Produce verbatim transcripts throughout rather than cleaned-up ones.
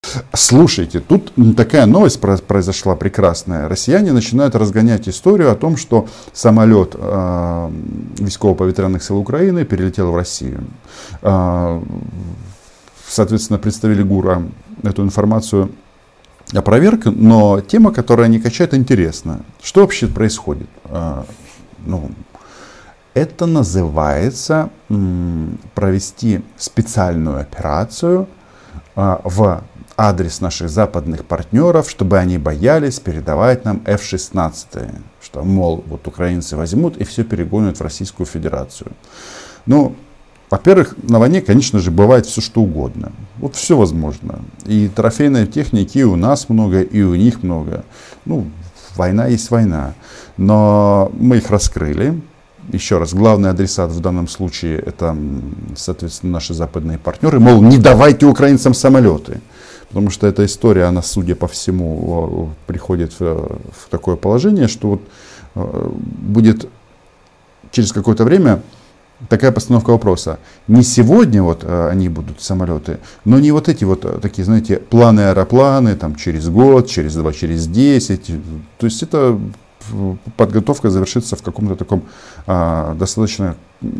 Слушайте, тут такая новость произошла прекрасная. Россияне начинают разгонять историю о том, что самолет э, військово-повітряных сил Украины перелетел в Россию. Э, соответственно, представитель ГУРа эту информацию опроверг, но тема, которую они качают, интересна. Что вообще происходит? Э, ну, это называется м, провести специальную операцию э, в адрес наших западных партнеров, чтобы они боялись передавать нам эф шестнадцать. Что, мол, вот украинцы возьмут и все перегонят в Российскую Федерацию. Ну, во-первых, на войне, конечно же, бывает все что угодно. Вот все возможно. И трофейной техники и у нас много, и у них много. Ну, война есть война. Но мы их раскрыли. Еще раз, главный адресат в данном случае это, соответственно, наши западные партнеры. Мол, не давайте украинцам самолеты. Потому что эта история, она, судя по всему, приходит в, в такое положение, что вот э, будет через какое-то время такая постановка вопроса. Не сегодня вот э, они будут самолеты, но не вот эти вот э, такие, знаете, планы-аэропланы, там, через год, через два, через десять. То есть это подготовка завершится в каком-то таком э, достаточно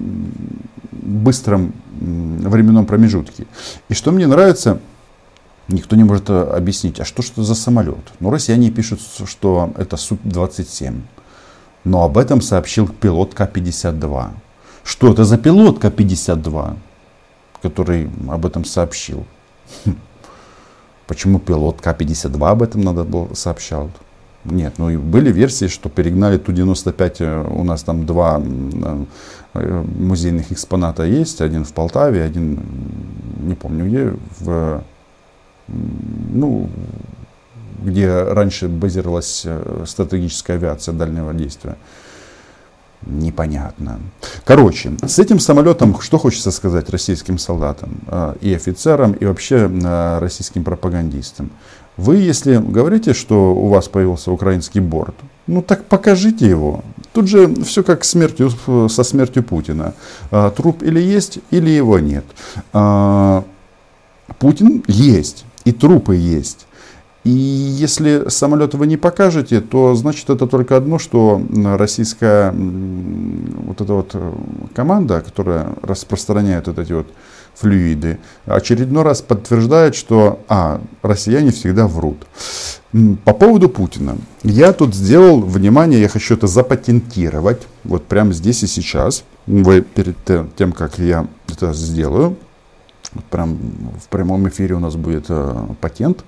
быстром э, временном промежутке. И что мне нравится... Никто не может объяснить, а что что за самолет? Ну, россияне пишут, что это Су двадцать семь. Но об этом сообщил пилот Ка пятьдесят два. Что это за пилот Ка пятьдесят два, который об этом сообщил? Почему пилот Ка пятьдесят два об этом надо было сообщал? Нет, ну и были версии, что перегнали Ту девяносто пять. У нас там два музейных экспоната есть. Один в Полтаве, один, не помню где, в... Ну, где раньше базировалась стратегическая авиация дальнего действия. Непонятно. Короче, с этим самолетом, что хочется сказать российским солдатам и офицерам, и вообще российским пропагандистам. Вы, если говорите, что у вас появился украинский борт, ну так покажите его. Тут же все как смертью, со смертью Путина. Труп или есть, или его нет. Путин есть. И трупы есть. И если самолет вы не покажете, то значит это только одно, что российская вот эта вот команда, которая распространяет вот эти вот флюиды, очередной раз подтверждает, что а, россияне всегда врут. По поводу Путина. Я тут сделал, внимание, я хочу это запатентировать. Вот прямо здесь и сейчас. Вы перед тем, как я это сделаю, прям в прямом эфире у нас будет э, патент.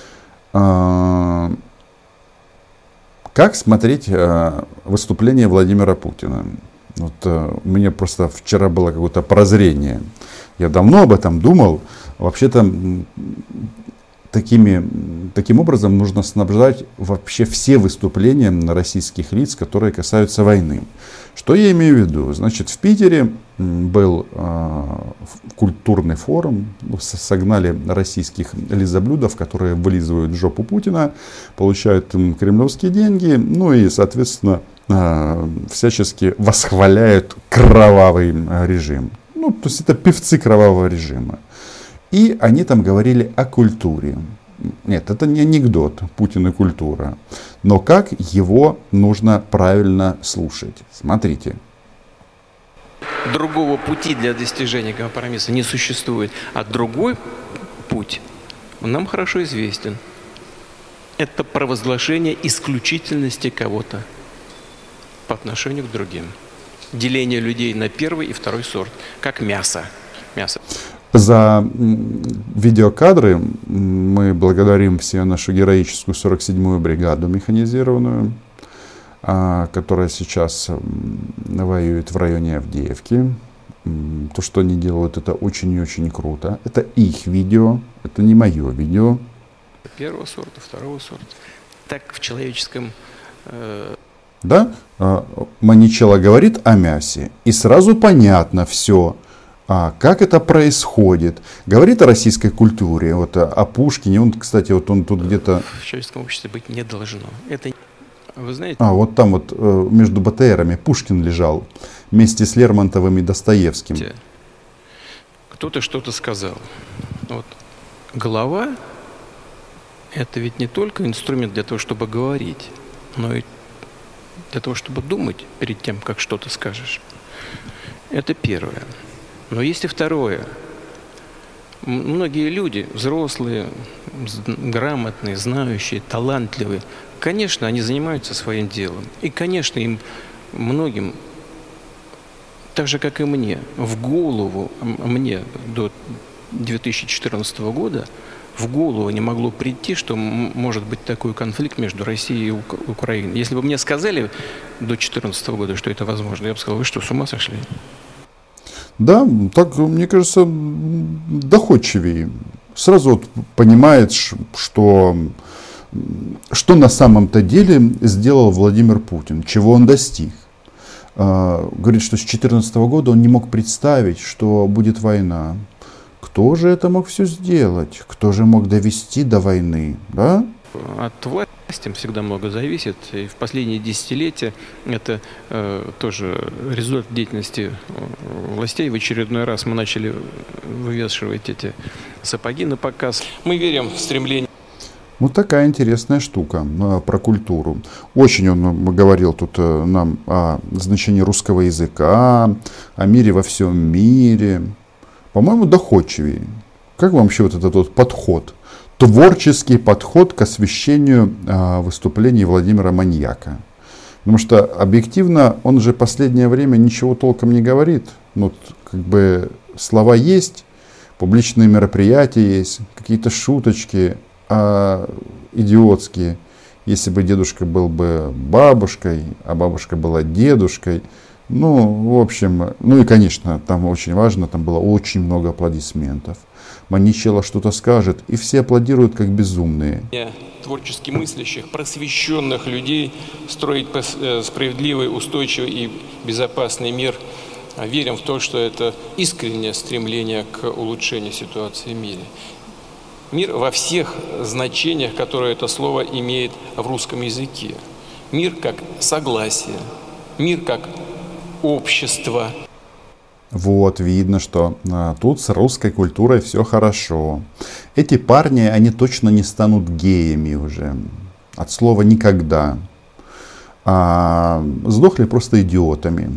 Э, как смотреть э, выступление Владимира Путина? Вот, э, у меня просто вчера было какое-то прозрение. Я давно об этом думал. Вообще-то такими, таким образом нужно снабжать вообще все выступления российских лиц, которые касаются войны. Что я имею в виду? Значит, в Питере был э, культурный форум, согнали российских лизоблюдов, которые вылизывают жопу Путина, получают кремлевские деньги, ну и, соответственно, э, всячески восхваляют кровавый режим. Ну, то есть это певцы кровавого режима. И они там говорили о культуре. Нет, это не анекдот, Путин и культура. Но как его нужно правильно слушать? Смотрите. Другого пути для достижения компромисса не существует. А другой путь, он нам хорошо известен. Это провозглашение исключительности кого-то по отношению к другим. Деление людей на первый и второй сорт, как мясо. Мясо. За видеокадры мы благодарим всю нашу героическую сорок седьмую бригаду механизированную, которая сейчас воюет в районе Авдеевки. То, что они делают, это очень и очень круто. Это их видео, это не мое видео. Первого сорта, второго сорта. Так в человеческом... Э... Да? Маничела говорит о мясе, и сразу понятно все. А как это происходит? Говорит о российской культуре, вот о Пушкине. Он, кстати, вот он тут где-то... В человеческом обществе быть не должно. Это, вы знаете... А, вот там вот между БТРами Пушкин лежал вместе с Лермонтовым и Достоевским. Кто-то что-то сказал. Вот. Голова Это ведь не только инструмент для того, чтобы говорить, но и для того, чтобы думать перед тем, как что-то скажешь. Это первое. Но есть и второе. Многие люди, взрослые, грамотные, знающие, талантливые, конечно, они занимаются своим делом. И, конечно, им многим, так же, как и мне, в голову, мне до две тысячи четырнадцатого года, в голову не могло прийти, что может быть такой конфликт между Россией и Украиной. Если бы мне сказали до две тысячи четырнадцатого года, что это возможно, я бы сказал, вы что, с ума сошли? Да, так, мне кажется, доходчивее. Сразу вот понимает, что, что на самом-то деле сделал Владимир Путин, чего он достиг. Говорит, что с две тысячи четырнадцатого года он не мог представить, что будет война. Кто же это мог все сделать? Кто же мог довести до войны? Да? От власти всегда много зависит. И в последние десятилетия это э, тоже результат деятельности властей. В очередной раз мы начали вывешивать эти сапоги на показ. Мы верим в стремление. Вот такая интересная штука э, про культуру. Очень он говорил тут э, нам о значении русского языка, о мире во всем мире. По-моему, доходчивее. Как вам вообще вот этот вот подход? Творческий подход к освещению э, выступлений Владимира Маньяка. Потому что объективно он же последнее время ничего толком не говорит. Ну, как бы слова есть, публичные мероприятия есть, какие-то шуточки э, идиотские. Если бы дедушка был бы бабушкой, а бабушка была дедушкой. Ну, в общем, ну и, конечно, там очень важно, там было очень много аплодисментов. Маничелло что-то скажет, и все аплодируют как безумные. Творчески мыслящих, просвещенных людей строить справедливый, устойчивый и безопасный мир. Верим в то, что это искреннее стремление к улучшению ситуации в мире. Мир во всех значениях, которые это слово имеет в русском языке. Мир как согласие, мир как общество. Вот, видно, что а, тут с русской культурой все хорошо. Эти парни, они точно не станут геями уже. От слова никогда. А, сдохли просто идиотами.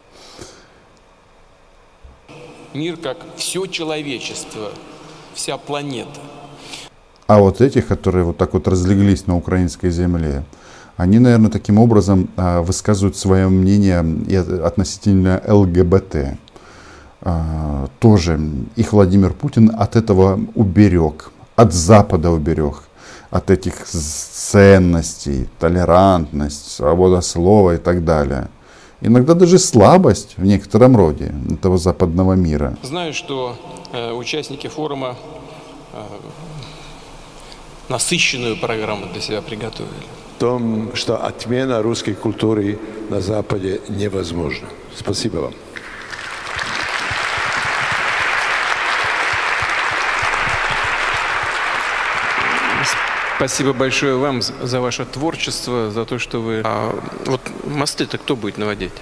Мир как все человечество, вся планета. А вот этих, которые вот так вот разлеглись на украинской земле, они, наверное, таким образом а, высказывают свое мнение и относительно ЛГБТ. А, тоже их Владимир Путин от этого уберег, от Запада уберег, от этих ценностей, толерантность, свобода слова и так далее. Иногда даже слабость в некотором роде этого западного мира. Знаю, что э, участники форума э, насыщенную программу для себя приготовили. В том, что отмена русской культуры на Западе невозможна. Спасибо вам. Спасибо большое вам за ваше творчество, за то, что вы... А вот мосты-то кто будет наводить?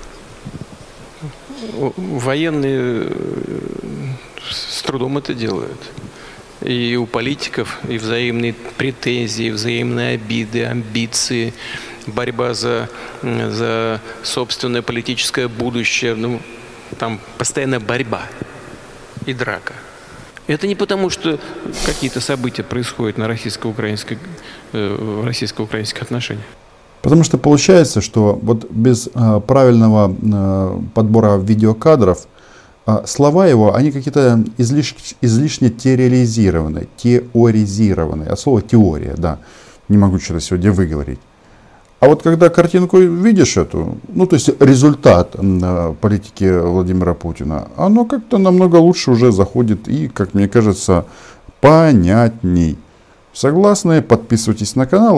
Военные с трудом это делают. И у политиков и взаимные претензии, взаимные обиды, амбиции, борьба за, за собственное политическое будущее. Ну, там постоянная борьба и драка. Это не потому, что какие-то события происходят на российско-украинской, э, российско-украинских отношениях. Потому что получается, что вот без э, правильного э, подбора видеокадров э, слова его, они какие-то излиш, излишне теориализированы, теоризированы. От слова теория, да. Не могу что-то сегодня выговорить. А вот когда картинку видишь эту, ну то есть результат э, политики Владимира Путина, оно как-то намного лучше уже заходит и, как мне кажется, понятней. Согласны? Подписывайтесь на канал.